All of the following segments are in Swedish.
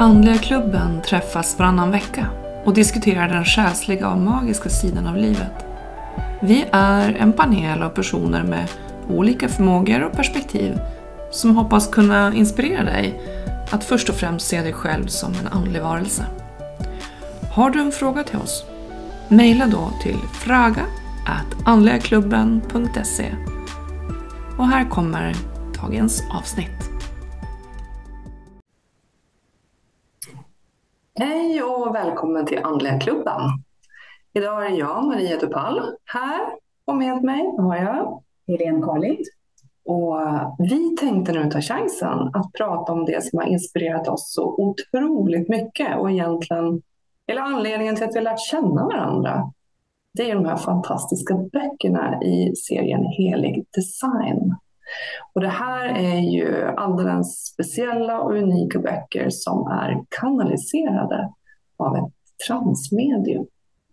Andliga klubben träffas varannan vecka och diskuterar den själsliga och magiska sidan av livet. Vi är en panel av personer med olika förmågor och perspektiv som hoppas kunna inspirera dig att först och främst se dig själv som en andlig varelse. Har du en fråga till oss? Maila då till fraga@andligaklubben.se. Och här kommer dagens avsnitt. Hej och välkommen till Andliga klubben. Idag är jag, Maria Dupall, här och med mig har jag Helene Karlind. Och vi tänkte nu ta chansen att prata om det som har inspirerat oss så otroligt mycket och egentligen hela anledningen till att vi har lärt känna varandra. Det är de här fantastiska böckerna i serien Helig design. Och det här är ju alldeles speciella och unika böcker som är kanaliserade av ett transmedium.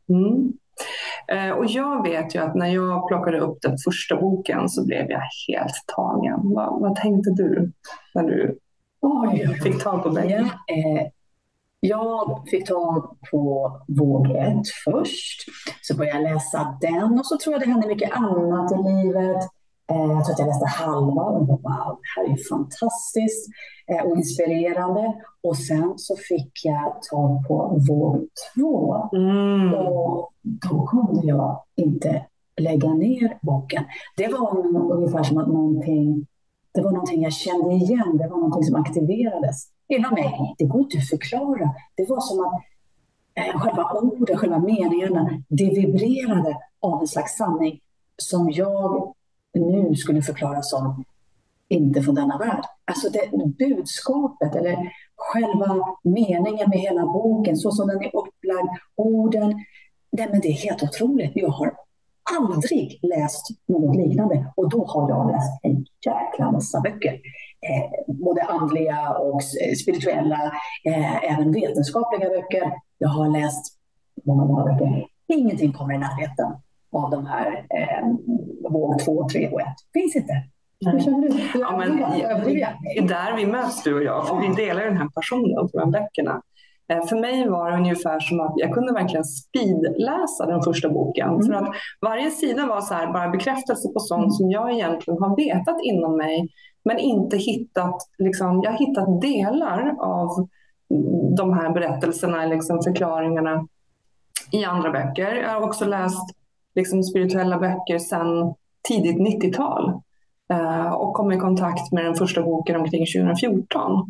Och jag vet ju att när jag plockade upp den första boken så blev jag helt tagen. Vad tänkte du när du fick tag på böckerna? Jag fick tag på våg 1 först. Så började jag läsa den och så tror jag det hände mycket annat i livet. Jag tror att jag läste halva och wow, det här är fantastiskt och inspirerande. Och sen så fick jag tag på våg 2. Och då kunde jag inte lägga ner boken. Det var ungefär som att det var någonting jag kände igen. Det var någonting som aktiverades inom mig. Det går inte att förklara. Det var som att själva orden, själva meningarna, det vibrerade av en slags sanning som jag nu skulle förklara som inte från denna värld. Alltså det budskapet eller själva meningen med hela boken, så som den är upplagd, orden, men det är helt otroligt. Jag har aldrig läst något liknande och då har jag läst en jäkla massa böcker. Både andliga och spirituella, även vetenskapliga böcker. Jag har läst många böcker. Ingenting kommer i närheten av de här våg 2, 3 och 1. Finns inte. Hur känner du? Ja, men det är där vi möts, du och jag. För vi delar den här passionen för de böckerna. För mig var det ungefär som att jag kunde verkligen speedläsa den första boken. För att varje sida var så här, bara bekräftelse på sånt som jag egentligen har vetat inom mig. Men inte hittat, liksom, jag har hittat delar av de här berättelserna, liksom förklaringarna i andra böcker. Jag har också läst liksom spirituella böcker sedan tidigt 90-tal och kom i kontakt med den första boken omkring 2014.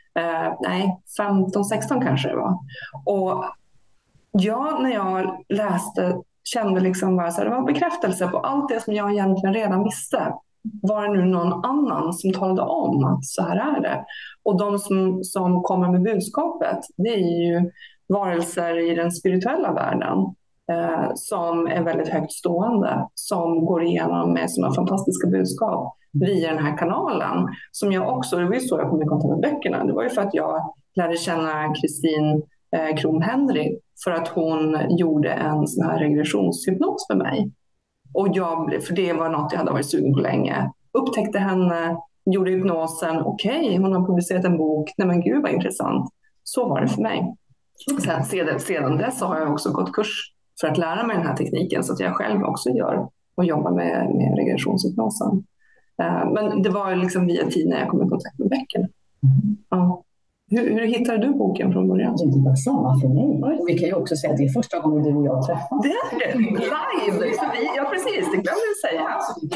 15-16 kanske det var. Och när jag läste kände liksom bara så här, det var bekräftelse på allt det som jag egentligen redan visste. Var det nu någon annan som talade om att så här är det? Och de som kommer med budskapet, det är ju varelser i den spirituella världen som är väldigt högt stående, som går igenom med sådana fantastiska budskap via den här kanalen. Som jag också, det var ju så jag kom i kontakt med böckerna. Det var ju för att jag lärde känna Kristin Krom-Henry för att hon gjorde en sån här regressionshypnos för mig. Och för det var något jag hade varit sugen på länge. Upptäckte henne, gjorde hypnosen. Okej, hon har publicerat en bok. Nej men gud vad intressant. Så var det för mig. Sedan dess har jag också gått kurs för att lära mig den här tekniken så att jag själv också jobbar med regressionshypnosen. Men det var liksom via tid när jag kom i kontakt med böckerna. Ja. Hur hittade du boken från början? Det var samma för mig. Och vi kan ju också säga att det är första gången du och jag träffas. Det är det! Live! Ja, precis. Det glömde jag säga.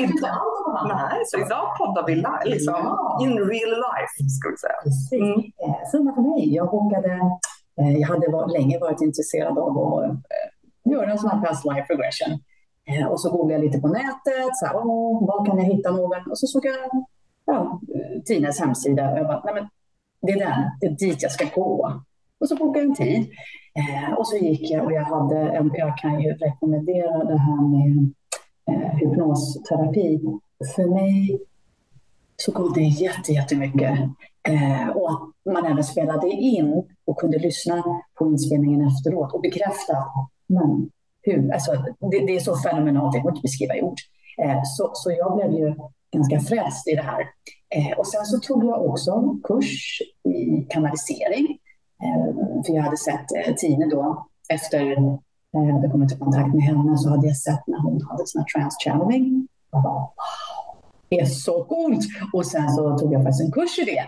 Så idag poddar vi live, liksom. In real life, skulle jag säga. Precis. Samma för mig. Jag hade länge varit intresserad av att göra en sån här past life regression. Och så googlade jag lite på nätet. Så här, var kan jag hitta någon? Och så såg jag Tines hemsida. Och jag bara, nej men det är dit jag ska gå. Och så bokade jag en tid. Och så gick jag och jag kan ju rekommendera det här med hypnosterapi. För mig så gav det jättemycket. Och att man även spelade in och kunde lyssna på inspelningen efteråt och bekräfta alltså, det är så fenomenalt, det går inte beskriva i ord. Så jag blev ju ganska frälst i det här. Och sen så tog jag också kurs i kanalisering För jag hade sett Tine då, efter jag hade kommit i kontakt med henne, så hade jag sett när hon hade sån här trans-channeling. Jag bara, wow, det är så coolt! Och sen så tog jag faktiskt en kurs i det.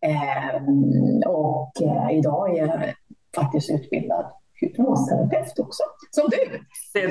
Idag är jag faktiskt utbildad hypnosterapeut också, som du.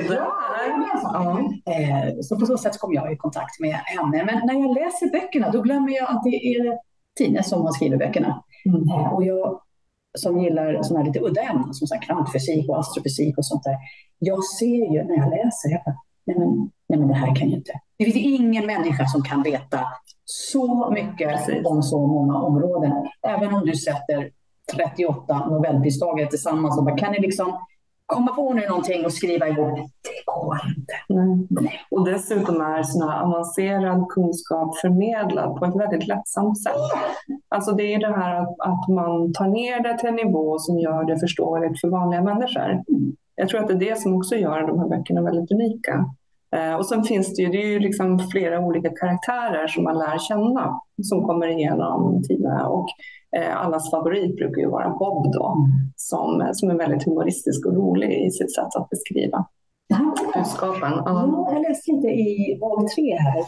Så på så sätt kom jag i kontakt med henne. Men när jag läser böckerna, då glömmer jag att det är Tine som har skrivit böckerna. Och jag som gillar sådana här lite udda ämnen som så här kvantfysik och astrofysik och sånt där. Jag ser ju när jag läser, jag bara, nej men det här kan ju inte. Det finns ingen människa som kan veta så mycket om så många områden. Även om du sätter 38 Nobelpristagare tillsammans och bara, kan ni liksom komma på nu någonting och skriva ihop? Det går inte. Nej. Och dessutom är sån här avancerad kunskap förmedlad på ett väldigt lättsamt sätt. Alltså det är det här att man tar ner det till en nivå som gör det förståeligt för vanliga människor. Jag tror att det är det som också gör de här böckerna väldigt unika. Och sen finns det är ju liksom flera olika karaktärer som man lär känna som kommer igenom tiden. Och allas favorit brukar ju vara Bob då, som är väldigt humoristisk och rolig i sitt sätt att beskriva budskapen. Jag läste lite i våg 3 här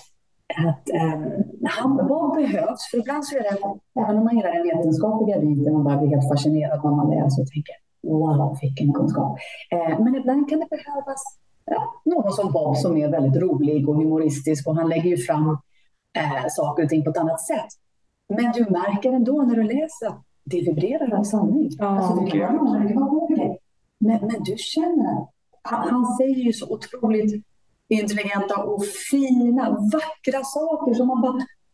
att Bob behövs, för ibland så är det, även om man gillar den vetenskapliga biten och bara blir helt fascinerad när man läser och tänker, wow, vilken kunskap. Men ibland kan det behövas någon som Bob som är väldigt rolig och humoristisk, och han lägger ju fram saker och ting på ett annat sätt. Men du märker ändå när du läser att det vibrerar av sanning. Men du känner, han säger ju så otroligt intelligenta och fina, vackra saker som man bara,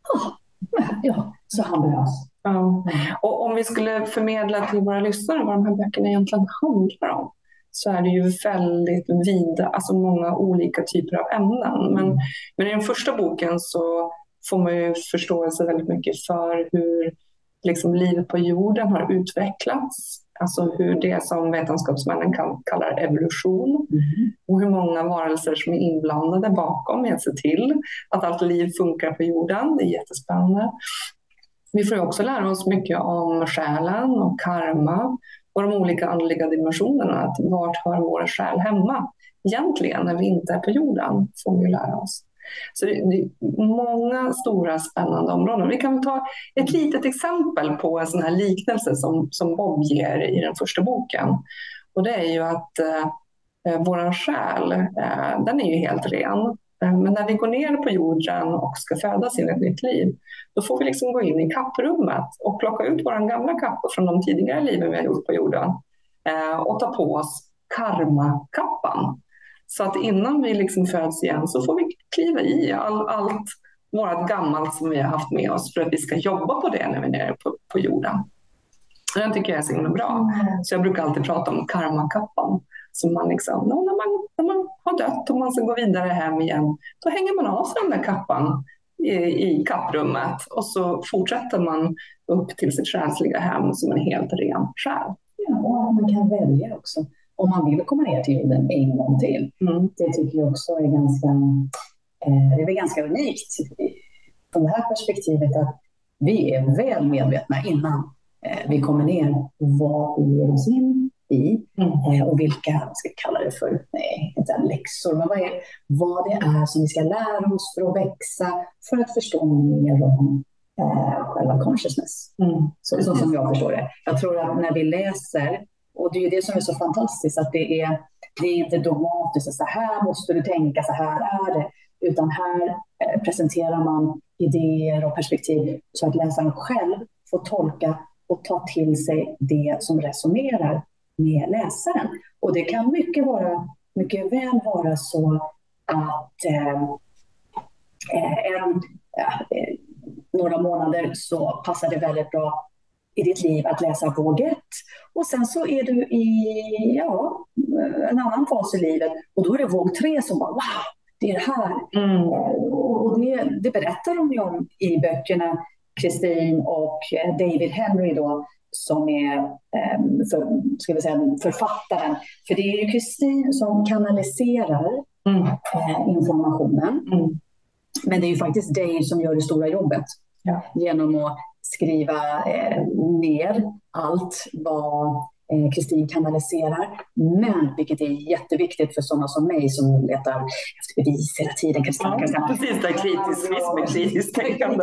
så han behövs. Ja. Och om vi skulle förmedla till våra lyssnare vad de här böckerna egentligen handlar om, så är det ju väldigt vida, alltså många olika typer av ämnen. Men i den första boken så får man ju förståelse väldigt mycket för hur liksom livet på jorden har utvecklats. Alltså hur det som vetenskapsmännen kallar evolution. Och hur många varelser som är inblandade bakom med att se till att allt liv funkar på jorden. Det är jättespännande. Vi får ju också lära oss mycket om själen och karma och de olika andliga dimensionerna. Att vart hör vår själ hemma? Egentligen när vi inte är på jorden får vi lära oss. Så det är många stora spännande områden. Vi kan ta ett litet exempel på en sån här liknelse som Bob ger i den första boken. Och det är ju att våran själ, den är ju helt ren. Men när vi går ner på jorden och ska födas in ett nytt liv, då får vi liksom gå in i kapprummet och plocka ut våran gamla kappa från de tidigare liven vi har gjort på jorden och ta på oss karmakappan. Så att innan vi liksom föds igen så får vi kliva i allt vårt gammalt som vi har haft med oss för att vi ska jobba på det när vi är nere på jorden. Den tycker jag är så himla bra. Så jag brukar alltid prata om karmakappan. Så man liksom, när man har dött och man ska gå vidare hem igen, då hänger man av sig den där kappan i kapprummet och så fortsätter man upp till sitt själsliga hem som en helt ren själ. Ja, och man kan välja också. Om man vill komma ner till jorden en gång till. Det tycker jag också är det är ganska unikt från det här perspektivet, att vi är väl medvetna innan vi kommer ner vad vi ger oss in i och vilka, ska kalla det för, inte läxor, men vad det är som vi ska lära oss för att växa, för att förstå mer om själva consciousness. Så som jag förstår det. Jag tror att när vi läser, och det är ju det som är så fantastiskt, att det är inte dogmatiskt, så här måste du tänka, så här är det, utan här presenterar man idéer och perspektiv så att läsaren själv får tolka och ta till sig det som resonerar med läsaren. Och det kan mycket väl vara så att några månader så passar det väldigt bra i ditt liv att läsa våg 1. Och sen så är du i en annan fas i livet. Och då är det våg 3 som bara, wow, det är det här. Och det berättar de ju om i böckerna, Christine och David Henry då, som är författaren. För det är ju Christine som kanaliserar informationen. Men det är ju faktiskt Dave som gör det stora jobbet. Genom att skriva ner allt vad Kristin kanaliserar. Men, vilket är jätteviktigt för sådana som mig som letar efter bevis hela tiden. Precis, det är kritiskt tänkande.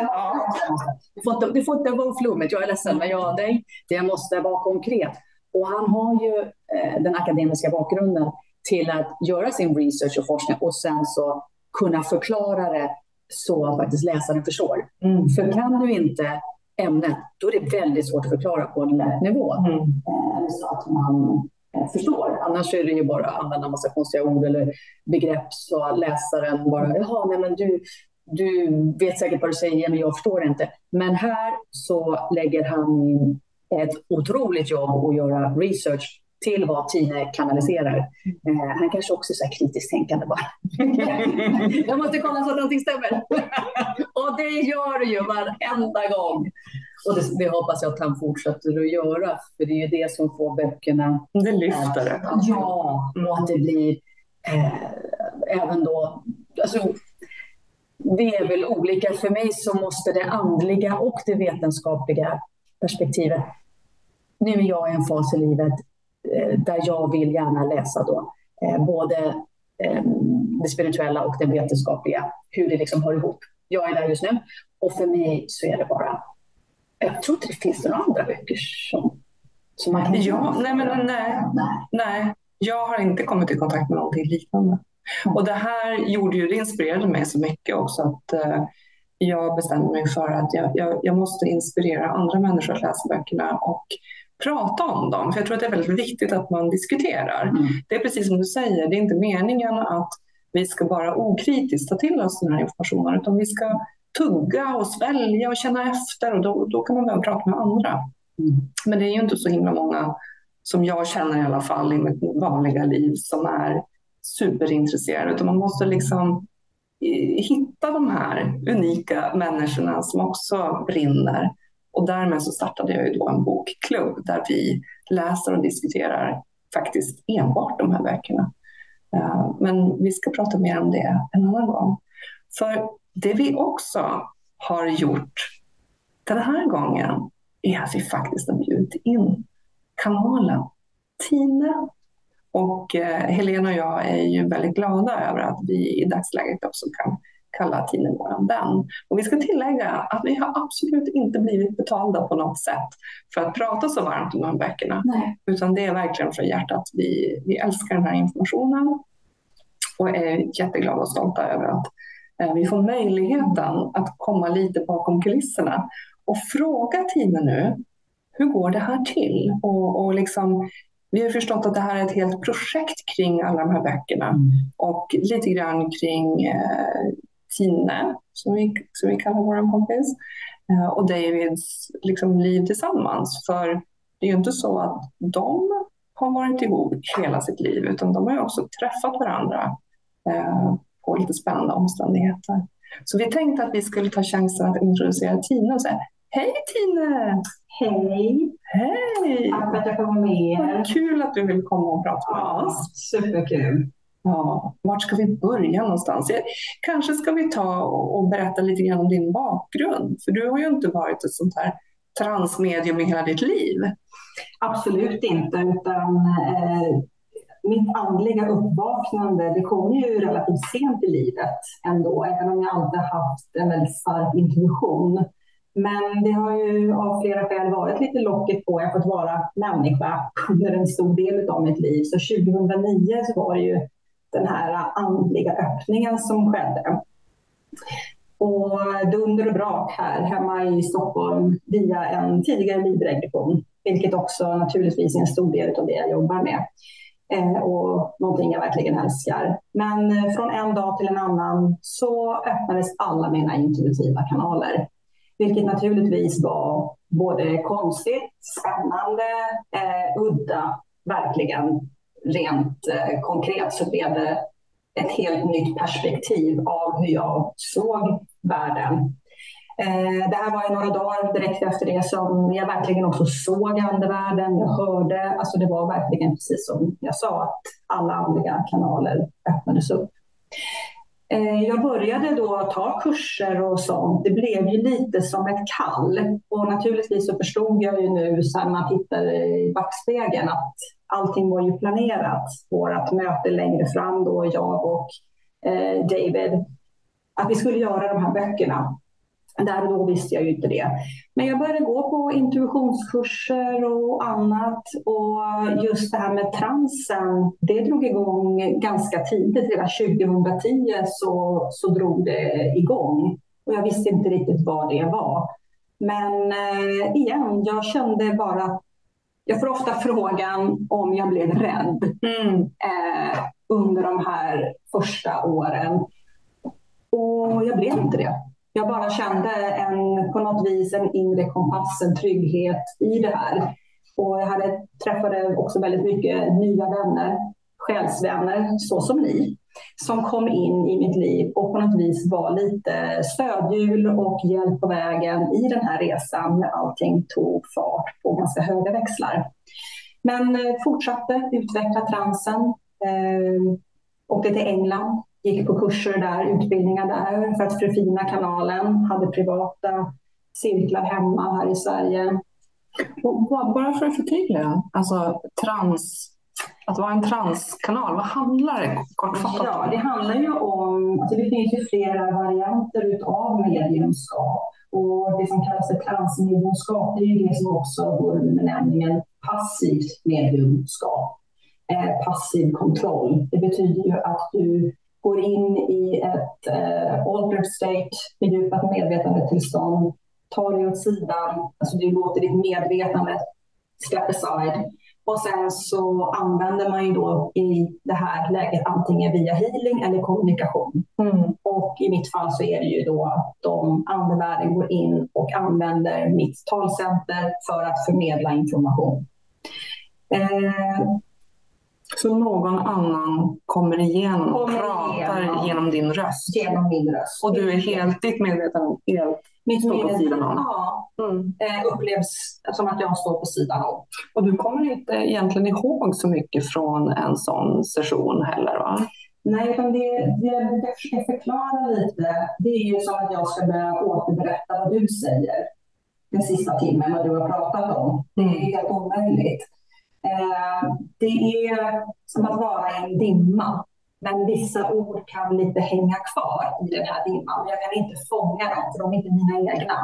Det får inte vara flummigt, jag är ledsen, men det måste vara konkret. Och han har ju den akademiska bakgrunden till att göra sin research och forskning och sen så kunna förklara det så att faktiskt läsaren förstår. För kan du inte ämnet, då är det väldigt svårt att förklara på en lätt nivå. Så att man förstår. Annars är det ju bara att använda en massa konstiga ord eller begrepp så läsaren bara, jaha, nej men du vet säkert vad du säger men jag förstår inte. Men här så lägger han in ett otroligt jobb att göra research till vad Tine kanaliserar. Han kanske också är så här kritiskt tänkande bara. Jag måste kolla så att allting stämmer. Och det gör det ju varenda gång. Och det hoppas jag att han fortsätter att göra. För det är ju det som får böckerna. Det lyfter det. Ja, och att det blir även då... Alltså, det är väl olika. För mig så måste det andliga och det vetenskapliga perspektivet. Nu är jag i en fas i livet där jag vill gärna läsa då. Både det spirituella och det vetenskapliga. Hur det liksom hör ihop. Jag är där just nu. Och för mig så är det bara... Jag tror inte det finns några andra böcker som man kan... Ja, nej. Jag har inte kommit i kontakt med någonting liknande. Och det här det inspirerade mig så mycket också att jag bestämde mig för att jag måste inspirera andra människor att läsa böckerna och prata om dem. För jag tror att det är väldigt viktigt att man diskuterar. Det är precis som du säger, det är inte meningen att vi ska bara okritiskt ta till oss den här informationen, utan vi ska tugga och svälja och känna efter och då kan man börja prata med andra. Men det är ju inte så himla många som jag känner i alla fall i mitt vanliga liv som är superintresserade, utan man måste liksom hitta de här unika människorna som också brinner. Och därmed så startade jag ju då en bokklubb där vi läser och diskuterar faktiskt enbart de här böckerna. Men vi ska prata mer om det en annan gång. För det vi också har gjort den här gången är att vi faktiskt har bjudit in kanalen Tine. Och Helena och jag är ju väldigt glada över att vi i dagsläget också kan kalla Tine vår vän. Och vi ska tillägga att vi har absolut inte blivit betalda på något sätt för att prata så varmt om de här böckerna. Nej. Utan det är verkligen från hjärtat. Vi älskar den här informationen och är jätteglada och stolta över att vi får möjligheten att komma lite bakom kulisserna och fråga Tine nu, hur går det här till? Och liksom, vi har förstått att det här är ett helt projekt kring alla de här böckerna och lite grann kring Tine, som vi kallar vår kompis, och Davids liksom liv tillsammans. För det är ju inte så att de har varit ihop hela sitt liv, utan de har ju också träffat varandra på lite spännande omständigheter. Så vi tänkte att vi skulle ta chansen att introducera Tine och säga: hej Tine! Hej! Hej! Tack för att jag får vara med er. Kul att du vill komma och prata med oss. Superkul. Ja, vart ska vi börja någonstans? Kanske ska vi ta och berätta lite grann om din bakgrund. För du har ju inte varit ett sånt här transmedium i hela ditt liv. Absolut inte, utan mitt andliga uppvaknande, det kom ju relativt sent i livet ändå, även om jag alltid haft en väldigt stark intuition. Men det har ju av flera skäl varit lite locket på. Jag har fått vara människa under en stor del av mitt liv. Så 2009 så var det ju den här andliga öppningen som skedde. Och dunder och brak här hemma i Stockholm via en tidigare livregression. Vilket också naturligtvis är en stor del av det jag jobbar med. Och någonting jag verkligen älskar. Men från en dag till en annan så öppnades alla mina intuitiva kanaler. Vilket naturligtvis var både konstigt, spännande, udda, verkligen rent konkret så blev det ett helt nytt perspektiv av hur jag såg världen. Det här var ju några dagar direkt efter det som jag verkligen också såg andevärlden, jag hörde, alltså det var verkligen precis som jag sa att alla andliga kanaler öppnades upp. Jag började då ta kurser och sånt. Det blev ju lite som ett kall. Och naturligtvis så förstod jag ju nu så här, man tittar i backspegeln att allting var ju planerat. Vårat möte längre fram då, jag och David, att vi skulle göra de här böckerna. Där och då visste jag ju inte det. Men jag började gå på intuitionskurser och annat. Och just det här med transen, det drog igång ganska tidigt. Redan 2010 så drog det igång. Och jag visste inte riktigt vad det var. Men igen, jag kände bara... Jag får ofta frågan om jag blev rädd under de här första åren. Och jag blev inte det. Jag bara kände på något vis en inre kompass, en trygghet i det här. Och jag träffade också väldigt mycket nya vänner, själsvänner, så som ni, som kom in i mitt liv och på något vis var lite stödhjul och hjälp på vägen i den här resan när allting tog fart på ganska höga växlar. Men fortsatte utveckla transen, åkte till England. Gick på kurser där, utbildningar där för att förfina kanalen. Hade privata cirklar hemma här i Sverige. Och bara för att förtydliga, alltså att vara en transkanal, vad handlar det kortfattat om? Ja, det handlar ju om, alltså det finns ju flera varianter utav mediumskap. Och det som kallas för transmediumskap, det är ju det som också går med benämningen passivt mediumskap. Passiv kontroll. Det betyder ju att du går in i ett altered state, fördjupat medvetandetillstånd, tar dig åt sidan, alltså du låter ditt medvetande step aside. Och sen så använder man ju då i det här läget antingen via healing eller kommunikation. Och i mitt fall så är det ju då att andevärlden går in och använder mitt talcenter för att förmedla information. Så någon annan kommer igenom och pratar genom din röst? Genom min röst. Och du är helt ditt medvetande helt står på sidan om? Ja, upplevs som att jag står på sidan om. Och du kommer inte egentligen ihåg så mycket från en sån session heller, va? Nej, utan det jag brukar försöka förklara lite, det är ju som att jag ska börja återberätta vad du säger den sista timmen, vad du har pratat om. Det är helt omöjligt. Det är som att vara i en dimma. Men vissa ord kan lite hänga kvar i den här dimman. Jag kan inte fånga dem, för de är inte mina egna.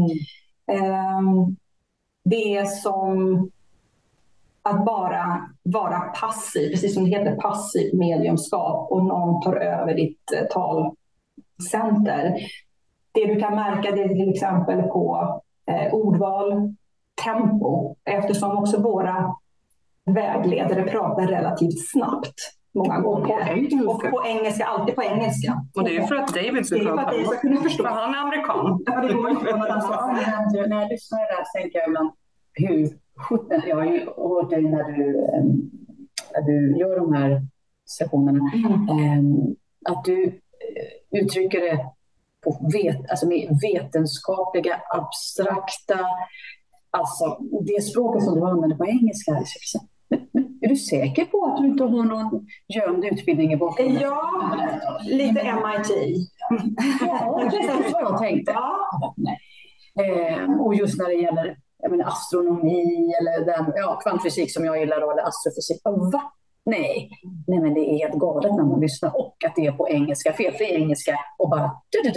Det är som att bara vara passiv, precis som det heter passiv mediumskap, och någon tar över ditt talcenter. Det du kan märka det är till exempel på ordval, tempo, eftersom också våra vägledare pratar relativt snabbt många gånger. Och på engelska, alltid på engelska. Och det är för att David ska prata. Det är för att jag ska kunna förstå. För han är amerikan. Ja, det går inte på något annat. När jag lyssnar där tänker jag ibland jag har ju hört dig när du gör de här sessionerna, att du uttrycker det på med vetenskapliga, abstrakta, alltså det språket som du använder på engelska. Är du säker på att du inte har någon gömd utbildning i bakgrunden? Ja, lite MIT. Ja, det är så jag tänkte. Ja. Och just när det gäller astronomi eller kvantfysik som jag gillar, eller astrofysik. Va? Nej, men det är helt galet när man lyssnar, och att det är på engelska, felfri engelska, och bara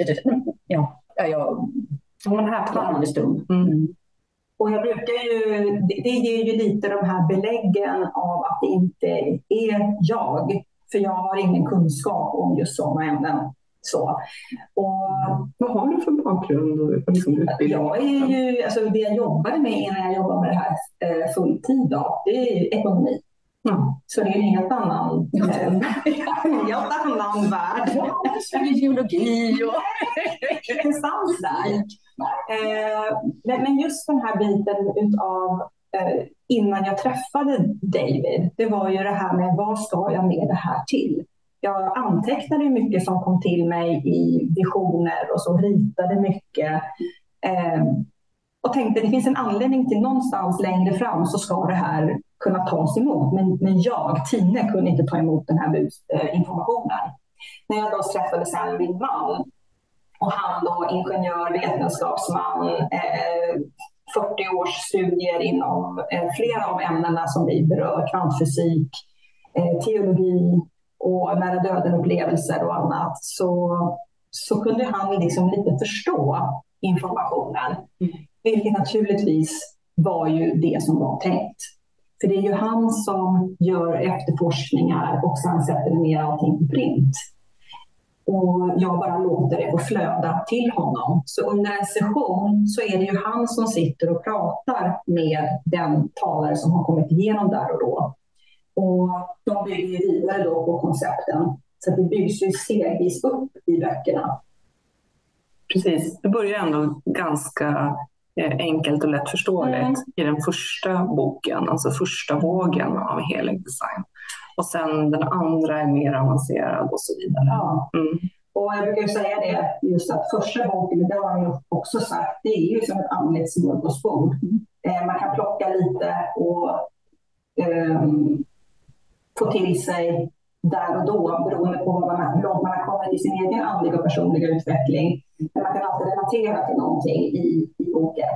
man häpnar en stund. Och jag brukar det ger ju lite de här beläggen av att det inte är jag. För jag har ingen kunskap om just sådana ämnen. Så. Och vad har du för bakgrund? Jag är ju, det jag jobbade med innan jag jobbade med det här fulltid, det är ju ekonomi. Så det är en helt annan värld. Geologi och intressant där. Men just den här biten utav innan jag träffade David, det var ju det här med vad ska jag med det här till? Jag antecknade mycket som kom till mig i visioner och så ritade mycket. Och tänkte det finns en anledning till någonstans längre fram så ska det här kunna tas emot. Men jag, Tine, kunde inte ta emot den här informationen. När jag då träffade sen min man, och han då ingenjör, vetenskapsman, 40 års studier inom flera av ämnena som vi berör, kvantfysik, teologi och nära döden-upplevelser och annat, så kunde han liksom lite förstå informationen. Vilket naturligtvis var ju det som var tänkt. För det är ju han som gör efterforskningar och sen sätter ner allting på print. Och jag bara låter det få flöda till honom. Så under en session så är det ju han som sitter och pratar med den talare som har kommit igenom där och då. Och de bygger vidare då på koncepten. Så det byggs ju stegvis upp i böckerna. Precis, det börjar ändå ganska enkelt och lättförståeligt i den första boken, alltså första vågen av helig design. Och sen den andra är mer avancerad och så vidare. Ja. Och jag brukar säga det, just att första boken, det har jag också sagt, det är ju som ett andligt smörgåsbord. Man kan plocka lite och få till sig där och då, beroende på hur långt man har kommit i sin egen andliga och personliga utveckling. Men man kan alltid relatera till någonting i boken.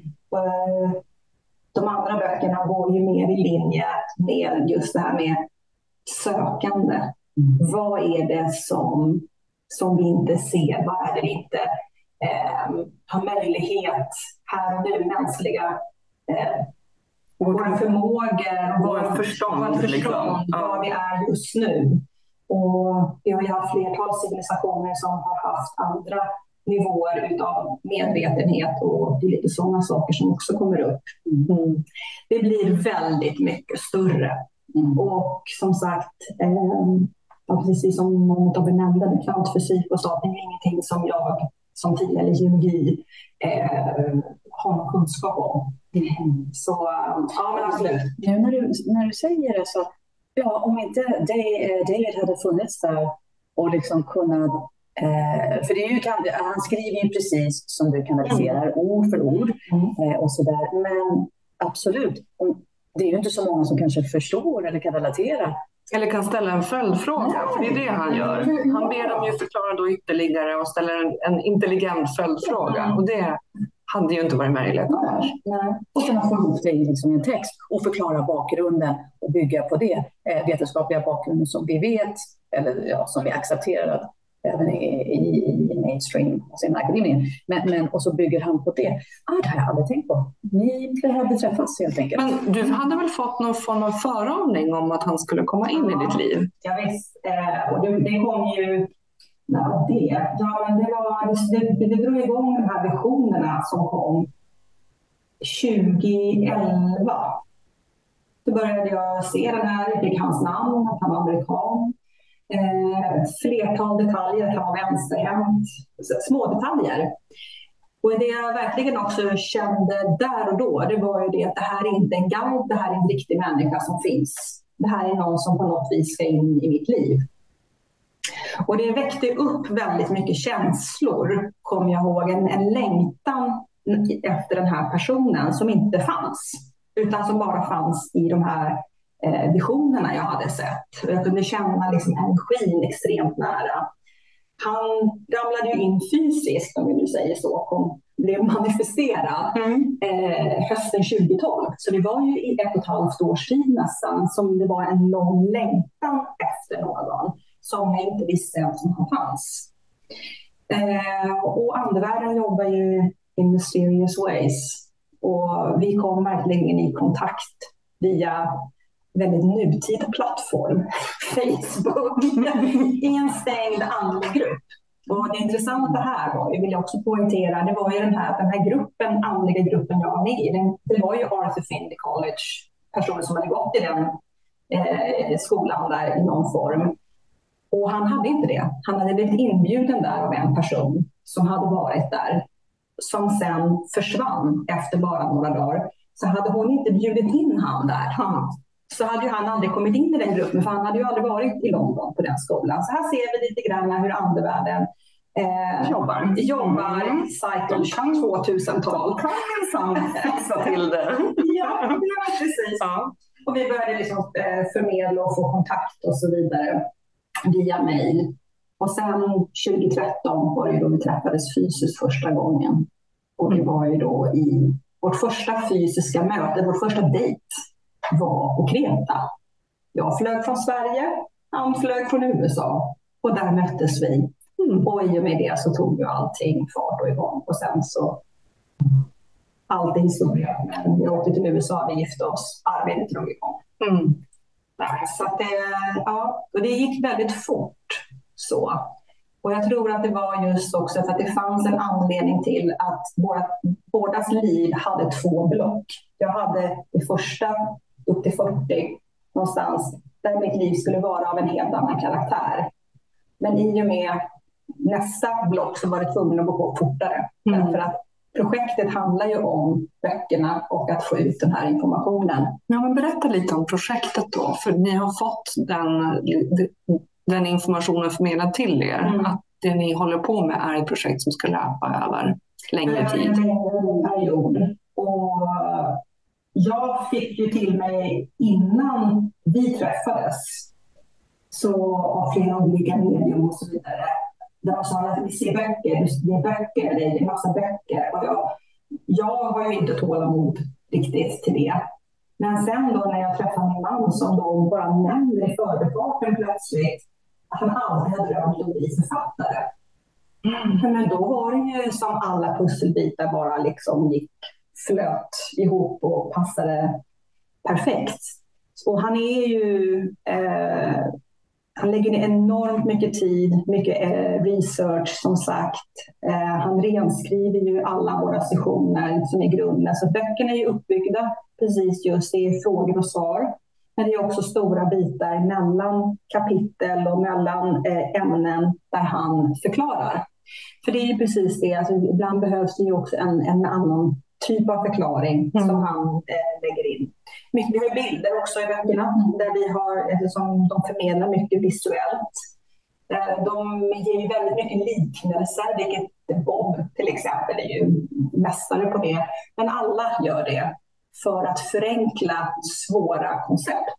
De andra böckerna går ju mer i linje med just det här med sökande. Vad är det som vi inte ser? Vad är det vi inte har möjlighet här och nu, mänskliga våra förmågor, vårt förstånd, vad vi är just nu. Och vi har ju haft flertal civilisationer som har haft andra nivåer utav medvetenhet, och det är lite sådana saker som också kommer upp. Det blir väldigt mycket större. Och som sagt, precis som någon av er nämnde, kvantfysik och så, det är ingenting som jag som tidigare eller geologi har någon kunskap om. Så ja, men absolut. Nu när du säger det, så ja, om inte David hade funnits där och liksom kunnat, för det är ju, han skriver ju precis som du kanaliserar, ord för ord och sådär, men absolut, det är ju inte så många som kanske förstår eller kan relatera. Eller kan ställa en följdfråga, för det är det han gör. Han ber dem ju förklara då ytterligare och ställer en intelligent följdfråga. Och det hade ju inte varit möjligt annars. Och sen få ihop det liksom i en text och förklara bakgrunden och bygga på det vetenskapliga bakgrunden som vi vet, eller ja, som vi accepterar att även i mainstream och sin akademin. Men och så bygger han på det. Det har jag aldrig tänkt på. Ni hade träffats helt enkelt. Men du hade väl fått någon form av föraning om att han skulle komma in i ditt liv? Ja visst. Och det kom ju... Det drog igång de här visionerna som kom 2011. Då började jag se den här, jag fick hans namn, att han var amerikan. Flertal detaljer, kan vara vänsterhänt, små detaljer. Och det jag verkligen också kände där och då, det var ju det att det här är inte en guide, det här är en riktig människa som finns. Det här är någon som på något vis ska in i mitt liv. Och det väckte upp väldigt mycket känslor, kommer jag ihåg, en längtan efter den här personen som inte fanns, utan som bara fanns i de här visionerna jag hade sett. Jag kunde känna liksom energin extremt nära. Han ramlade ju in fysiskt, om vi nu säger så, blev manifesterad hösten 2012. Så det var ju i 1,5 års tid nästan som det var en lång längtan efter någon som jag inte visste ens som han fanns. Och andevärlden jobbar ju in mysterious ways. Och vi kom verkligen i kontakt via väldigt nutida plattform, Facebook, i en stängd andlig grupp. Och det intressanta här var, vill jag också poängtera, det var ju den här gruppen, andliga gruppen jag var med i. Det var ju Arthur Findlay College, personer som hade gått i den skolan där i någon form. Och han hade inte det. Han hade blivit inbjuden där av en person som hade varit där, som sen försvann efter bara några dagar. Så hade hon inte bjudit in han där, så hade ju han aldrig kommit in i den gruppen, för han hade ju aldrig varit i London på den skolan. Så här ser vi lite grann hur andevärlden jobbar cycle 2012. Kan minsann fixa till det. Ja, precis. Ja. Och vi började liksom förmedla och få kontakt och så vidare via mejl. Och sen 2013 var det då vi träffades fysiskt första gången. Och det var ju då i vårt första fysiska möte, vår första dejt var på Kreta. Jag flög från Sverige, han flög från USA. Och där möttes vi. Och i och med det så tog ju allting fart och igång. Och sen så, allt är historia. Men vi åkte till USA, vi gifte oss, arbetet drog igång. Så att och det gick väldigt fort. Så. Och jag tror att det var just också för att det fanns en anledning till att bådas liv hade 2 block. Jag hade det första upp till 40 någonstans där mitt liv skulle vara av en helt annan karaktär. Men i och med nästa block så var det tvungen att gå på fortare. För att projektet handlar ju om böckerna och att få ut den här informationen. Ja, men berätta lite om projektet då, för ni har fått den informationen förmedlad till er. Att det ni håller på med är ett projekt som ska löpa över längre tid. Och jag fick ju till mig innan vi träffades så av flera olika medium och så vidare. Där de sa att vi ser böcker, det är böcker, det är en massa böcker. Och jag har ju inte tålamod riktigt till det. Men sen då när jag träffade min man som då bara nämner i förbifarten plötsligt att han aldrig hade drömt om att bli författare. Men då var det ju som alla pusselbitar bara liksom flöt ihop och passade perfekt. Och han är ju... Han lägger ner enormt mycket tid, mycket research som sagt. Han renskriver ju alla våra sessioner som är grunden. Så böckerna är ju uppbyggda precis just, det är frågor och svar. Men det är också stora bitar mellan kapitel och mellan ämnen där han förklarar. För det är ju precis det, alltså, ibland behövs det ju också en annan typ av förklaring som han lägger in. Vi har bilder också i böckerna där vi har, eftersom de förmedlar mycket visuellt. De ger ju väldigt mycket liknelser, vilket Bob till exempel är ju mästare på det. Men alla gör det för att förenkla svåra koncept.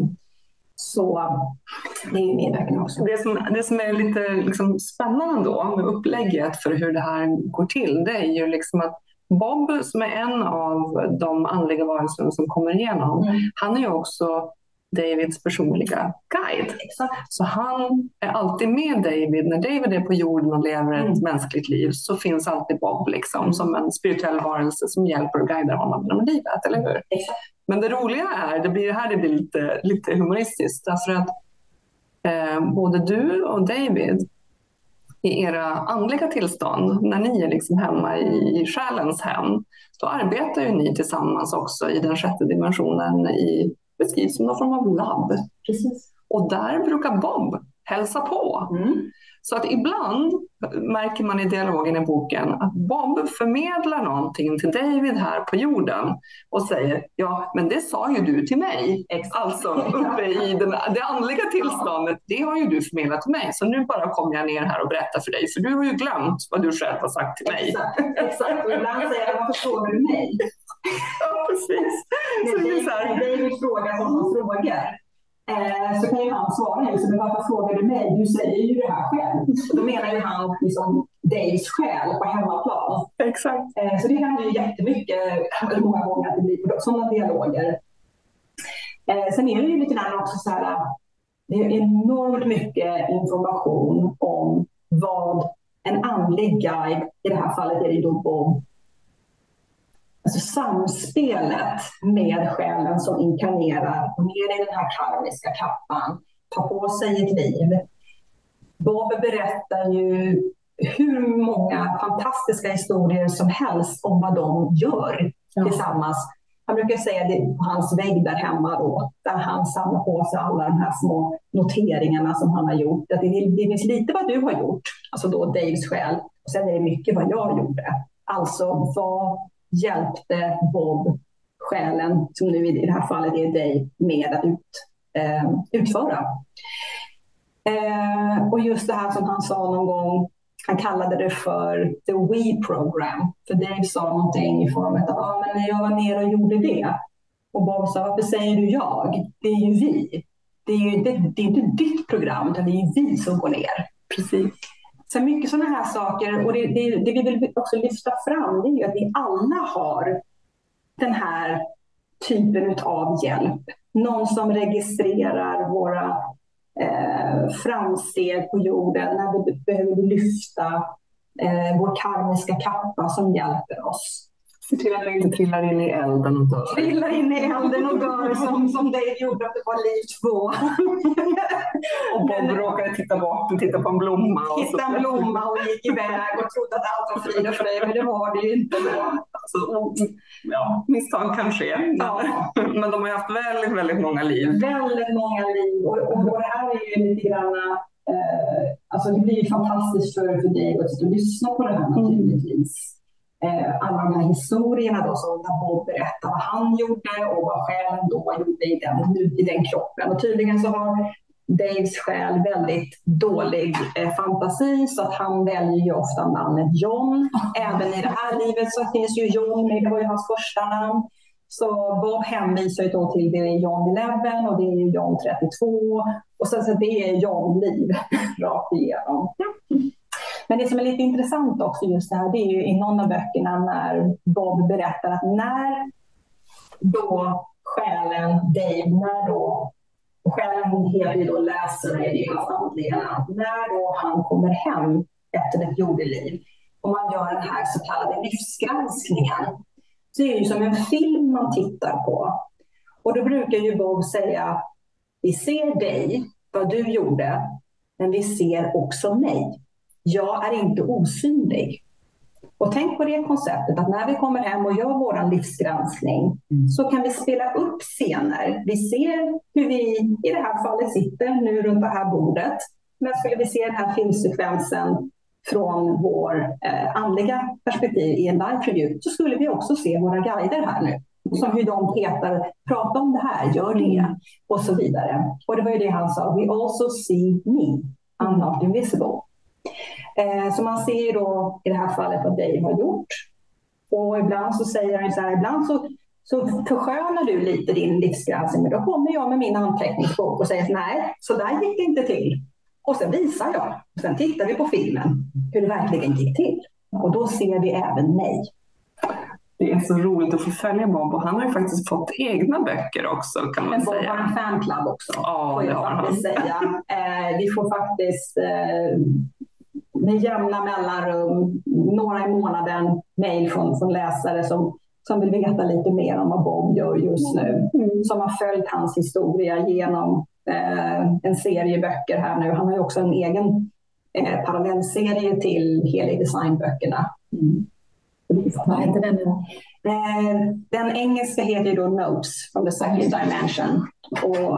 Så det är ju med i böckerna också. Det som är lite liksom spännande då med upplägget för hur det här går till, det är ju liksom att Bob, som är en av de andliga varelserna som kommer igenom, han är ju också Davids personliga guide. Så han är alltid med David. När David är på jorden och lever ett mänskligt liv så finns alltid Bob liksom, som en spirituell varelse som hjälper och guidar honom genom livet, eller hur? Men det roliga är, det blir lite humoristiskt, därför att både du och David i era andliga tillstånd, när ni är liksom hemma i själens hem, då arbetar ju ni tillsammans också i den 6:e dimensionen, beskrivs som någon form av labb. Precis. Och där brukar Bob hälsa på. Så att ibland märker man i dialogen i boken att Bob förmedlar någonting till David här på jorden och säger, ja men det sa ju du till mig. Alltså uppe i det andliga tillståndet, det har ju du förmedlat till mig. Så nu bara kommer jag ner här och berättar för dig, för du har ju glömt vad du själv har sagt till mig. Exakt. Och ibland säger jag, varför frågar du mig? Ja, precis. När David frågar honom frågor. Så kan ju han svara, men varför frågar du mig? Du säger ju det här själv. Och då menar ju han liksom Daves själ på hemmaplan. Exakt. Så det händer ju jättemycket, många gånger att det blir sådana dialoger. Sen är det ju lite grann också så här, det är enormt mycket information om vad en andlig guide, i det här fallet är det då Bob, alltså samspelet med själen som inkarnerar ner i den här karmiska kappan, tar på sig ett liv. Bob berättar ju hur många fantastiska historier som helst om vad de gör tillsammans. Han brukar säga det på hans vägg där hemma då, där han samlar på sig alla de här små noteringarna som han har gjort. Att det finns lite vad du har gjort, alltså då Daves själ, och sen är det mycket vad jag gjorde. Alltså vad hjälpte Bob själen, som nu i det här fallet är dig, med att utföra. Och just det här som han sa någon gång, han kallade det för the we program. För Dave sa någonting i form av men när jag var nere och gjorde det. Och Bob sa, varför säger du jag? Det är ju vi. Det är ju inte ditt program, utan det är ju vi som går ner. Precis. Så mycket sådana här saker, och det vi vill också lyfta fram, det är ju att vi alla har den här typen av hjälp. Någon som registrerar våra framsteg på jorden när vi behöver lyfta vår karmiska kappa som hjälper oss. Se till att vi inte trillar in i elden och dör. Trillar in i elden och dör som Dave gjorde att det var liv 2. Och Bob råkade titta på en blomma. Hitta en blomma och gick iväg och trodde att allt var frid och fröjd, men det var det ju inte då. Alltså, ja, misstag kan ske. Ja. Men de har ju haft väldigt, väldigt många liv. Väldigt många liv. Och det här är ju lite grann... alltså det blir ju fantastiskt för dig att lyssna på det här naturligtvis. Alla de här historierna då, som Bob berättar vad han gjorde och vad själen då gjorde i den kroppen. Och tydligen så har Daves själ väldigt dålig fantasi, så att han väljer ju ofta namnet John. Även i det här livet så finns ju John, det var ju hans första namn. Så Bob hänvisar ju då till det är John 11 och det är ju John 32. Och sen så det är John liv rakt igenom. Men det som är lite intressant också just det här, det är ju i någon av böckerna när Bob berättar att när då själen Dave, när då själen heter ju då läsare, det är ju hans andliga namn, när då han kommer hem efter ett jordeliv och man gör den här så kallade livsgranskningen, så är det ju som en film man tittar på. Och då brukar ju Bob säga, vi ser dig, vad du gjorde, men vi ser också mig. Jag är inte osynlig. Och tänk på det konceptet att när vi kommer hem och gör vår livsgranskning så kan vi spela upp scener. Vi ser hur vi i det här fallet sitter nu runt det här bordet. Men skulle vi se den här filmsekvensen från vår andliga perspektiv i en live preview, så skulle vi också se våra guider här nu. Som hur de petar, prata om det här, gör det och så vidare. Och det var ju det han sa, we also see me, I'm not invisible. Så man ser ju då i det här fallet vad Dave har gjort. Och ibland så säger han så här, ibland så förskönar du lite din livsgranskning, men då kommer jag med min anteckningsbok och säger nej, så där gick det inte till. Och sen visar jag, och sen tittar vi på filmen hur det verkligen gick till. Och då ser vi även mig. Det är så roligt att få följa Bob, och han har ju faktiskt fått egna böcker också, kan man säga. Men Bob har en fanclub också, ja, det har han. Säga. Vi får faktiskt med jämna mellanrum, några i månaden, mejl från läsare som vill veta lite mer om vad Bob gör just nu. Som har följt hans historia genom en serie böcker här nu. Han har ju också en egen parallellserie till hela designböckerna. Vad heter den nu? Den engelska heter ju då Notes from the Second Dimension. Och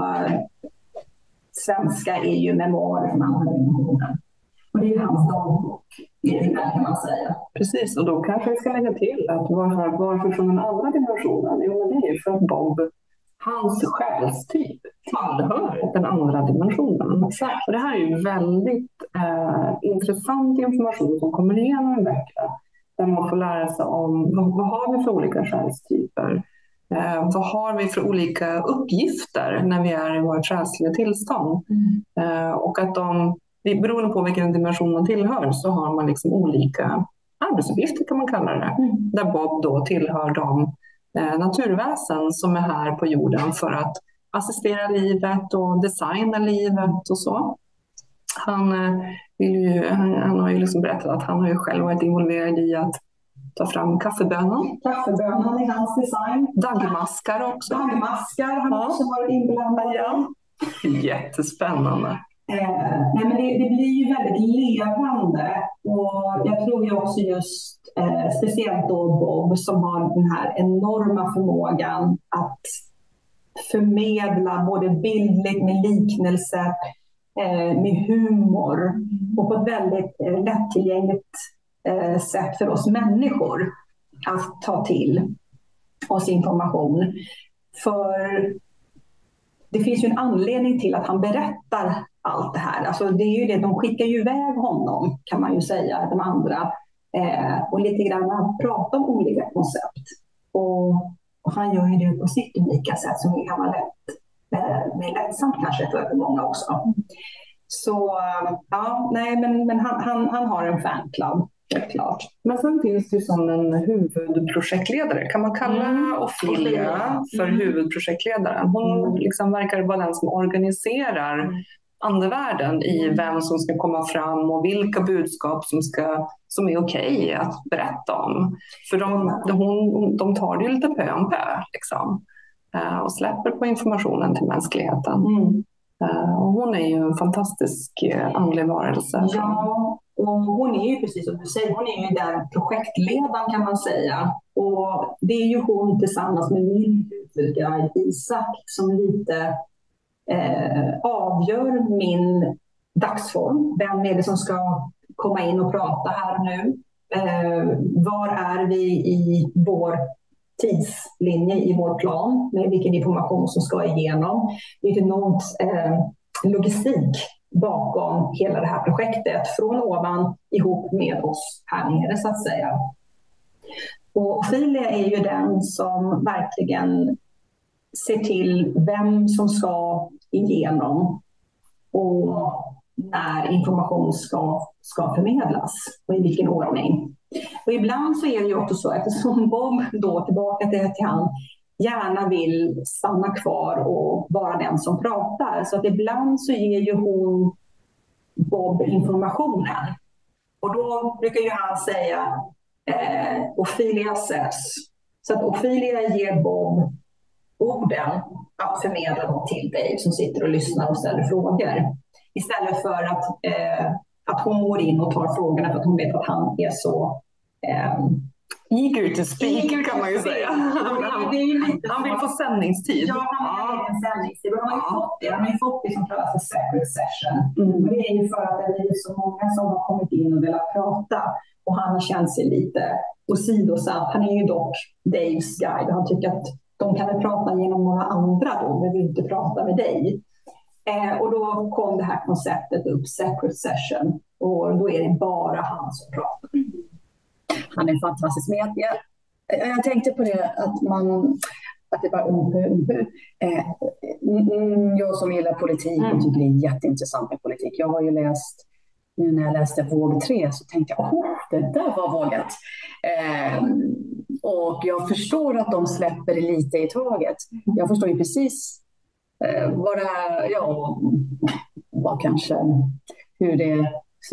svenska är ju Memoarer från andra dimensionen. Och det är ju hans dagbok, kan man säga. Precis, och då kanske vi ska lägga till att varför från den andra dimensionen? Jo, men det är ju för att Bob, hans själstyp, tillhör den andra dimensionen. Och det här är ju väldigt intressant information som kommer igenom i böckerna. Där man får lära sig om vad har vi för olika själstyper. Vad har vi för olika uppgifter när vi är i vårt själsliga tillstånd. Och att beroende på vilken dimension man tillhör så har man liksom olika arbetsuppgifter, kan man kalla det. Där Bob då tillhör de naturväsen som är här på jorden för att assistera livet och designa livet och så. Han har ju liksom berättat att han har ju själv varit involverad i att ta fram kaffebönan. Kaffebönan i hans design. Dagmaskar också. Dagmaskar har han också varit inblandad i. Jättespännande. Nej, men det blir ju väldigt levande, och jag tror ju också just speciellt då Bob som har den här enorma förmågan att förmedla både bildligt med liknelser, med humor och på ett väldigt lättillgängligt sätt för oss människor att ta till oss information. För det finns ju en anledning till att han berättar allt det här. Alltså det är ju det, de skickar ju iväg honom, kan man ju säga, de andra. Och lite grann prata om olika koncept. Och han gör ju det på sitt unika sätt som kan vara lättsamt kanske för många också. Så ja, nej, men han har en fanclub, helt klart. Men sen finns det ju som en huvudprojektledare. Kan man kalla Ofelia för huvudprojektledaren? Hon liksom verkar vara den som organiserar andevärlden i vem som ska komma fram och vilka budskap som är okej att berätta om. För de tar det ju lite pö om pö liksom, och släpper på informationen till mänskligheten. Och hon är ju en fantastisk andlig varelse. Ja, och hon är ju precis som du säger, hon är ju den projektledaren kan man säga. Och det är ju hon tillsammans med min huvudguide Isak som lite avgör min dagsform. Vem är det som ska komma in och prata här nu? Var är vi i vår tidslinje, i vår plan, med vilken information som ska igenom? Det är enormt logistik bakom hela det här projektet, från ovan ihop med oss här nere så att säga. Och Ofelia är ju den som verkligen ser till vem som ska igenom och när information ska förmedlas och i vilken ordning. Och ibland så är det ju också så, eftersom Bob då tillbaka till han gärna vill stanna kvar och vara den som pratar, så att ibland så ger ju hon Bob informationen. Och då brukar ju han säga Ofelia says. Så att Ofelia ger Bob orden att förmedla dem till dig som sitter och lyssnar och ställer frågor. Istället för att hon går in och tar frågorna för att hon vet att han är så eager to speak kan man ju säga. Han vill få sändningstid. Ja, han vill en sändningstid. Han har ju fått det. Han har ju fått det som kallas för sacred session. Och det är ju för att det är så många som har kommit in och velat prata. Och han har känt sig lite åsidosatt. Han är ju dock Daves guide. Han tycker att de kan väl prata genom några andra då, men vill inte prata med dig. Och då kom det här konceptet upp, sacred session. Och då är det bara han som pratar. Han är fantastisk. Men jag tänkte på det att det var jag som gillar politik och tycker det är jätteintressant med politik. Jag har ju läst, nu när jag läste Våg 3 så tänkte jag, det där var vågat. Och jag förstår att de släpper lite i taget. Jag förstår ju precis vad kanske hur det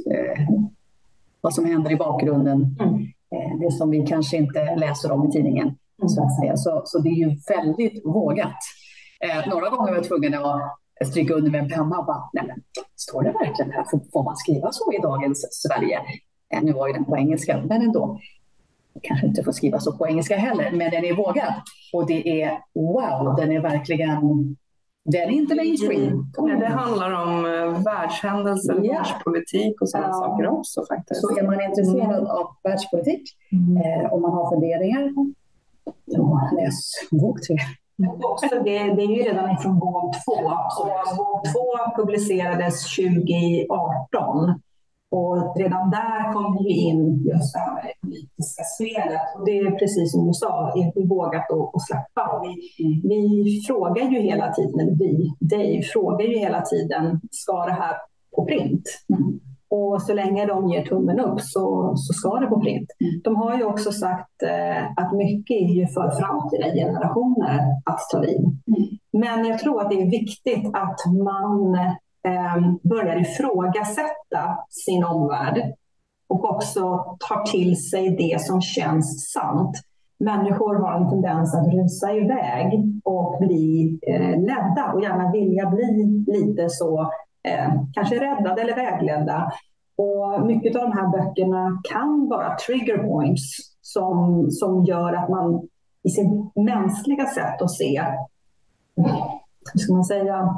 vad som händer i bakgrunden. Det som vi kanske inte läser om i tidningen så att säga. Så det är ju väldigt vågat. Några gånger var jag tvungen att stryka under med en penna och bara, nej men, står det verkligen här? Får man skriva så i dagens Sverige? Nu var ju den på engelska, men ändå. Kanske inte får skriva så på engelska heller, men den är vågad. Och det är, wow, den är verkligen, den är inte mainstream. Ja, det handlar om världshändelser, världspolitik och sådana saker också faktiskt. Så är man intresserad av världspolitik, om man har funderingar, då läs Våg 3. Också det är ju redan ifrån Våg 2. Och Våg 2 publicerades 2018. Och redan där kom vi in just det här med det politiska spelet. Och det är precis som du sa, inte vågat att släppa. Och vi frågar ju hela tiden, eller Dave frågar ju hela tiden, ska det här på print? Och så länge de ger tummen upp så ska det på print. De har ju också sagt att mycket är ju för framtida generationer att ta vid. Men jag tror att det är viktigt att man börjar ifrågasätta sin omvärld och också tar till sig det som känns sant. Människor har en tendens att rusa iväg och bli ledda och gärna vilja bli lite så kanske räddade eller vägledda. Och mycket av de här böckerna kan vara trigger points som gör att man i sin mänskliga sätt att se, hur ska man säga,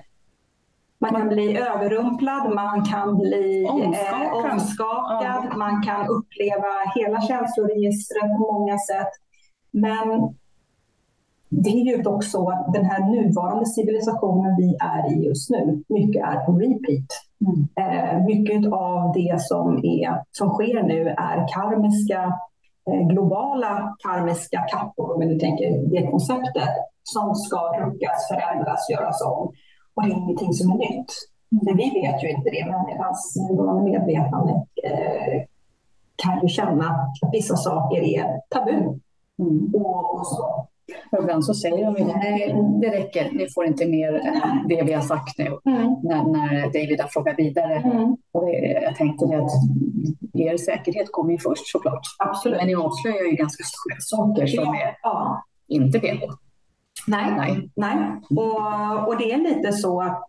man kan bli överrumplad, man kan bli omskakad, man kan uppleva hela känsloregistret på många sätt. Men det är ju dock så att den här nuvarande civilisationen vi är i just nu, mycket är på repeat. Mycket av det som sker nu är karmiska, globala karmiska kappor, om du tänker det konceptet, som ska ruckas, förändras, göras om. Och det är ingenting som är nytt. Men vi vet ju inte det, människans nuvarande medvetande kan ju känna att vissa saker är tabu. Och så. Ibland så säger de ju nej, det räcker, ni får inte mer än det vi har sagt nu. När David har frågat vidare. Och jag tänkte att er säkerhet kommer ju först såklart. Absolut. Men ni avslöjar ju ganska stora saker som är inte PK. Nej. Och det är lite så att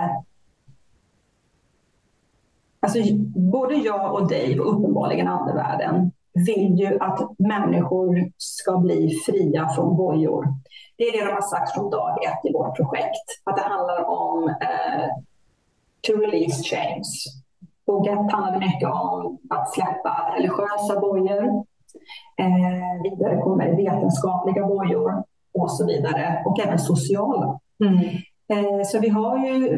alltså, både jag och Dave, uppenbarligen andevärlden, vill ju att människor ska bli fria från bojor. Det är det de har sagt från dag ett i vårt projekt. Att det handlar om to release chains. Boget handlade mycket om att släppa religiösa bojor. Vidare kommer vetenskapliga bojor och så vidare. Och även sociala. Så vi har ju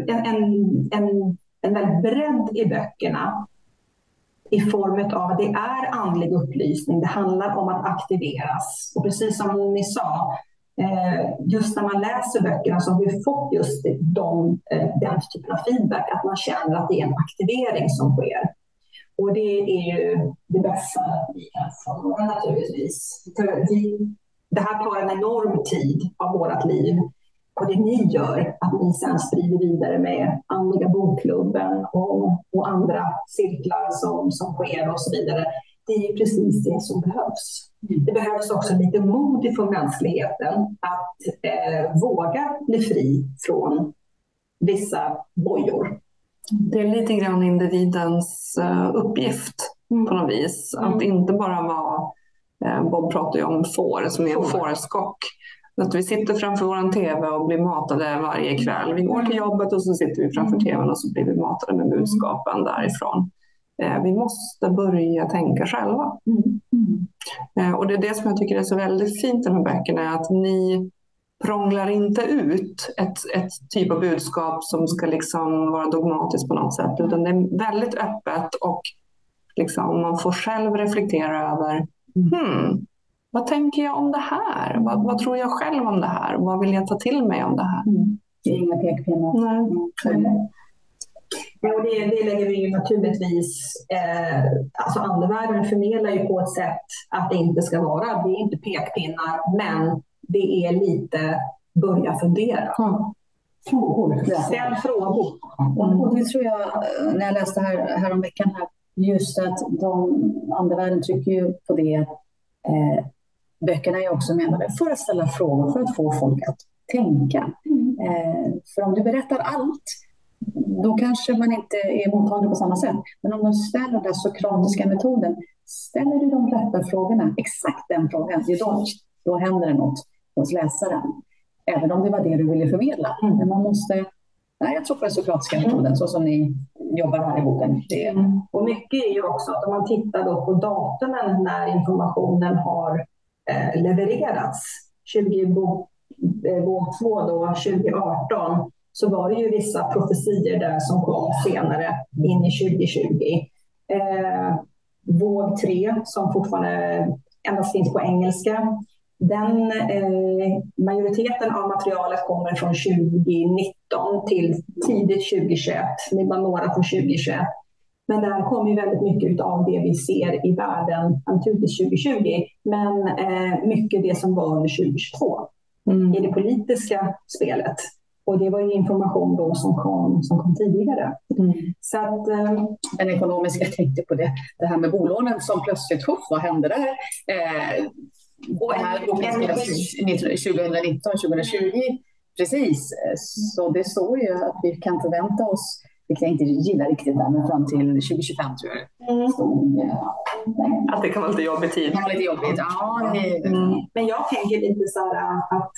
en väldigt bredd i böckerna. I form av att det är andlig upplysning. Det handlar om att aktiveras. Och precis som ni sa, just när man läser böckerna så har vi fått just den typen av feedback. Att man känner att det är en aktivering som sker. Och det är ju det bästa vi kan få naturligtvis. Det här tar en enorm tid av vårt liv. Och det ni gör, att ni sen sprider vidare med andliga bokklubben och andra cirklar som sker och så vidare. Det är ju precis det som behövs. Det behövs också lite mod från mänskligheten att våga bli fri från vissa bojor. Det är lite grann individens uppgift på något vis. Att inte bara vara, Bob pratar ju om får som är en fårskock. Att vi sitter framför vår tv och blir matade varje kväll. Vi går till jobbet och så sitter vi framför tvn och så blir vi matade med budskapen därifrån. Vi måste börja tänka själva. Och det är det som jag tycker är så väldigt fint i de här böckerna. Att ni prånglar inte ut ett typ av budskap som ska liksom vara dogmatiskt på något sätt. Utan det är väldigt öppet och liksom man får själv reflektera över vad tänker jag om det här? Vad tror jag själv om det här? Vad vill jag ta till mig om det här? Det är inga pekpinnar. Nej. Ja, och det lägger vi ju naturligtvis, alltså andevärlden förmedlar ju på ett sätt att det inte ska vara, det är inte pekpinnar, men det är lite börja fundera. Frågor. Ställ frågor. Och det tror jag, när jag läste här om veckan här, just att andevärlden trycker ju på det att böckerna är också menade för att ställa frågor, för att få folk att tänka. För om du berättar allt, då kanske man inte är mottaglig på samma sätt. Men om du ställer den sokratiska metoden, ställer du de rätta frågorna, exakt den frågan, då händer det något hos läsaren. Även om det var det du ville förmedla. Men man måste, jag tror på den sokratiska metoden, så som ni jobbar här i boken. Och mycket är ju också att om man tittar då på datumen när informationen har levererats, bok 2 då, 2018, så var det ju vissa profetier där som kom senare in i 2020. Våg 3 som fortfarande endast finns på engelska. Den majoriteten av materialet kommer från 2019 till tidigt 2021. Det var några från 2021. Men där kommer ju väldigt mycket av det vi ser i världen naturligtvis 2020. Men mycket det som var under 2022 i det politiska spelet. Och det var ju information då som kom tidigare. Så att, den ekonomiska, jag tänkte på det här med bolånen som plötsligt, vad hände där? Och här boken skrevs 2019-2020, precis. Så det står ju att vi kan förvänta oss, vilket jag inte gillar riktigt där, men fram till 2025 tror jag. Att det kan vara lite jobbigt tid. Det kan vara lite jobbigt, ja. Men jag tänker lite så här att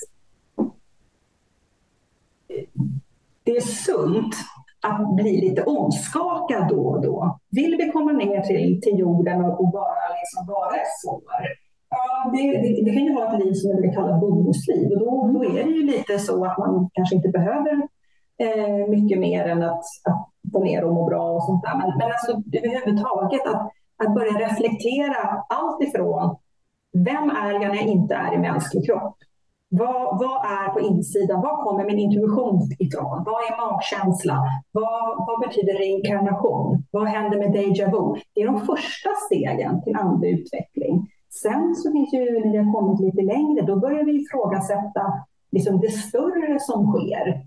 det är sunt att bli lite omskakad då och då. Vill vi komma ner till jorden och vara ett får? Ja, det kan ju vara ett liv som är kallat bonusliv. Och då är det ju lite så att man kanske inte behöver mycket mer än att gå ner och må bra och sånt där. Men alltså överhuvudtaget att börja reflektera allt ifrån vem är jag när jag inte är i mänsklig kropp? Vad är på insidan? Var kommer min intuition ifrån? Vad är magkänsla? Vad betyder reinkarnation? Vad händer med déjà vu? Det är de första stegen till andlig utveckling. Sen så finns ju, när vi har kommit lite längre, då börjar vi ifrågasätta liksom det större som sker.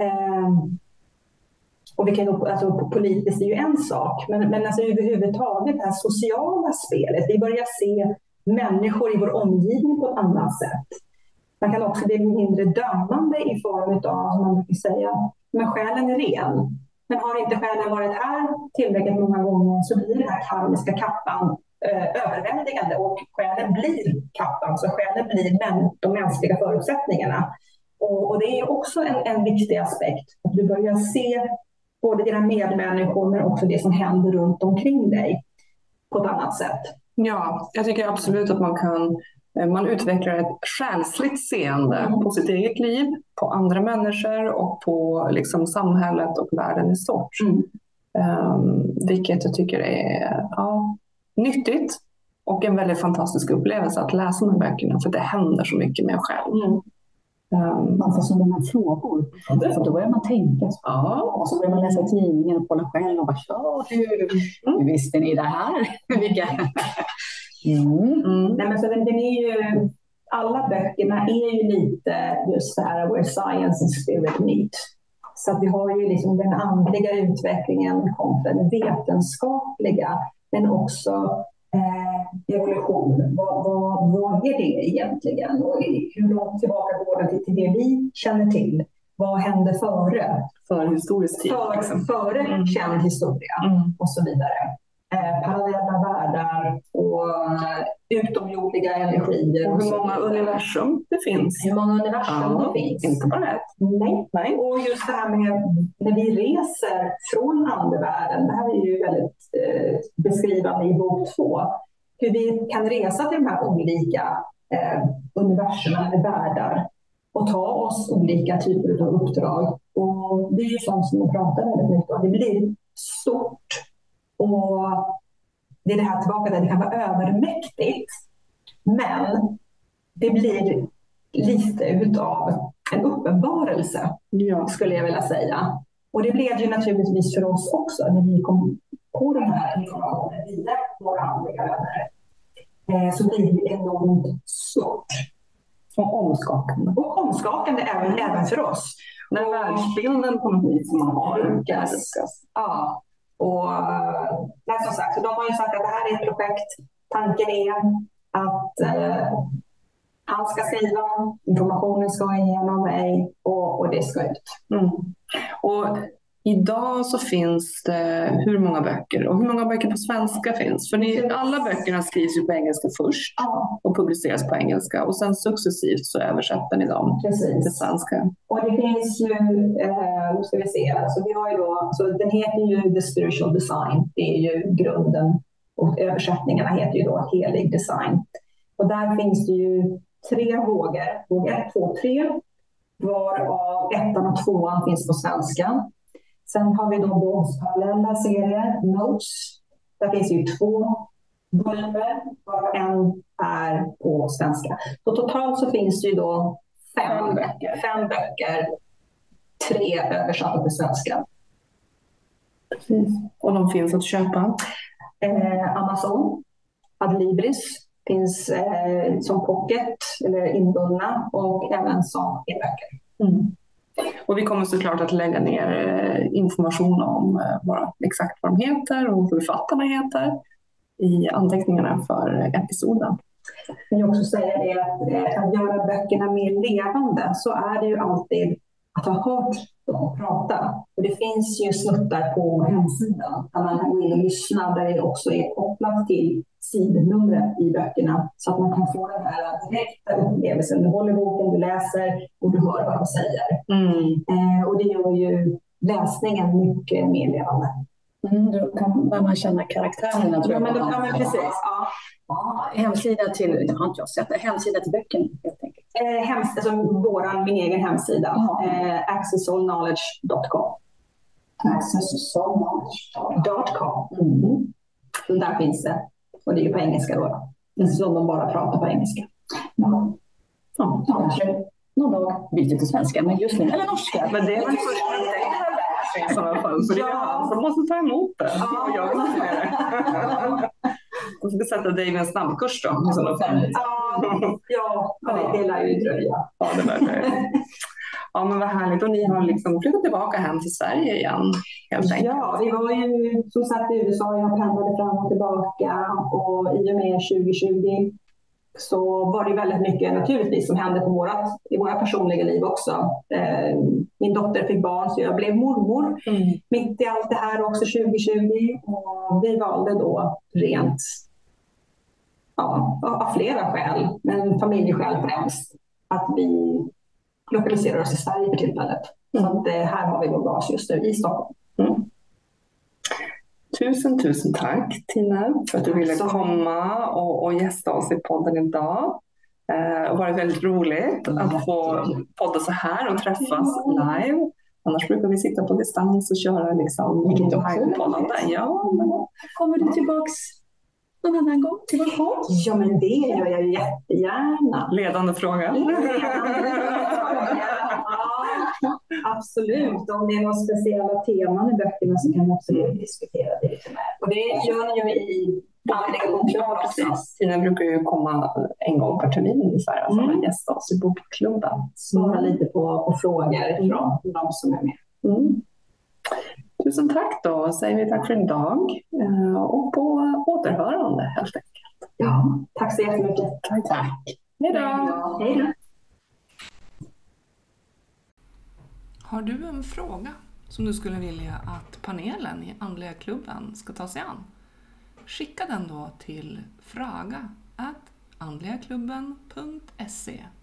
Och vi kan, alltså, politiskt är ju en sak, men alltså överhuvudtaget det här sociala spelet. Vi börjar se människor i vår omgivning på ett annat sätt. Man kan också bli mindre dömande i form av, som man brukar säga, men själen är ren. Men har inte själen varit här tillräckligt många gånger så blir den här karmiska kappan överväldigande och själen blir kappan, så själen blir de mänskliga förutsättningarna. Och det är också en viktig aspekt, att du börjar se både dina medmänniskor men också det som händer runt omkring dig på ett annat sätt. Ja, jag tycker absolut att man utvecklar ett själsligt seende på sitt eget liv, på andra människor och på liksom samhället och världen i stort. Vilket jag tycker är nyttigt och en väldigt fantastisk upplevelse att läsa de här böckerna, för det händer så mycket med en själv. Man får så många frågor. Så då börjar man tänka. Och så börjar man läsa tidningen och kolla själv och bara, hur visste ni det här? Nej, men så den är ju, alla böckerna är ju lite just det här where science and spirit meet. Så att vi har ju liksom den andliga utvecklingen kontra den vetenskapliga, men också evolution. Vad är det egentligen? Och hur långt tillbaka går det till det vi känner till? Vad hände före? För historisk tid. Före känd historia och så vidare. Parallella världar och utomjordiga energier. Och hur många universum det finns. Hur många universum det finns. Inte bara ett. Nej. Och just det här med när vi reser från andevärlden. Det här är ju väldigt beskrivande i bok 2. Hur vi kan resa till de här olika universum eller världar. Och ta oss olika typer av uppdrag. Och det är ju sånt som jag pratar väldigt mycket om. Det blir stort. Och det är det här tillbaka där det kan vara övermäktigt. Men det blir lite utav en uppenbarelse, skulle jag vilja säga. Och det blev ju naturligtvis för oss också när vi kom på den här informationen via våra andliga vänner. Så blir det enormt stort. Och omskakande. Och omskakande även för oss. När världsbilden på något vis har ruckas. Ja. Och som sagt, så de har ju sagt att det här är ett projekt. Tanken är att han ska skriva, informationen ska igenom mig och det ska ut. Och idag så finns det hur många böcker? Och hur många böcker på svenska finns? För alla böckerna skrivs ju på engelska först och publiceras på engelska. Och sen successivt så översätter ni dem till svenska. Och det finns ju, nu ska vi se, så vi har ju då, så den heter ju The Spiritual Design. Det är ju grunden. Och översättningarna heter ju då Helig Design. Och där finns det ju 3 vågor. Våg 1, 2, 3. Varav 1 och 2 finns på svenska. Sen har vi då parallella serier, Notes. Där finns ju 2 volymer, varav en är på svenska. Så totalt så finns det ju då 5 böcker, 3 översatta till svenska. Precis. Och de finns att köpa? Amazon, Adlibris finns som pocket eller inbundna och även som e-böcker. Och vi kommer såklart att lägga ner information om exakt vad de heter och hur författarna heter i anteckningarna för episoden. Jag vill också säga det att göra böckerna mer levande, så är det ju alltid att ha hört dem prata. Och det finns ju snuttar på hemsidan där man kan gå in och lyssna, där det också är kopplat till sidnumret i böckerna, så att man kan få den här direkta upplevelsen. Du håller boken, du läser och du hör vad de säger. Och det gör ju läsningen mycket mer levande. Då kan man känna karaktärerna, tror jag. Ja, men precis. Hemsida till, jag har inte sett det, hemsida till böckerna helt enkelt. Alltså min egen hemsida, accessoulknowledge.com. Accessoulknowledge.com. Så där finns det. Och det är ju på engelska då. Så de bara pratar på engelska. någon dag byter till svenska, men just nu eller norska. Men det är väl först när dig har lärt sig i sådana fall. Så det är han som måste ta emot det. Och jag vill inte det. Och så ska sätta dig i en snabbkurs då. I sådana fall. Ja, det lär ju dröja. Ja, det lär det. Ja, men vad härligt. Och ni har liksom flyttat tillbaka hem till Sverige igen, helt enkelt. Ja, vi var ju som sagt i USA. Jag pendlade fram och tillbaka. Och i och med 2020 så var det väldigt mycket naturligtvis som hände i våra personliga liv också. Min dotter fick barn så jag blev mormor mitt i allt det här också 2020. Och vi valde då rent av flera skäl, men familjeskäl främst, att vi lokaliserar oss i Sverige för tillfället. Så att här har vi vår bas just nu i Stockholm. Tusen tack Tina för att du ville komma och gästa oss i podden idag. Det har varit väldigt roligt att få podda så här och träffas live. Annars brukar vi sitta på distans och köra liksom live-poddande. Ja, men kommer du tillbaks någon annan gång till vår podd? Ja, men det gör jag ju jättegärna. Ledande fråga. Absolut. Om det är några speciella teman i böckerna så kan vi absolut diskutera det lite mer. Och det gör ni ju i andliga bokklubben. Precis. Tina brukar ju komma en gång per termin ungefär och gästa oss i bokklubben. Svara lite på frågor från de som är med. Tusen tack då, säger vi tack för idag och på återhörande helt enkelt. Ja, tack så jättemycket. Tack. Hej då. Hej då. Har du en fråga som du skulle vilja att panelen i Andliga klubben ska ta sig an? Skicka den då till fraga@andligaklubben.se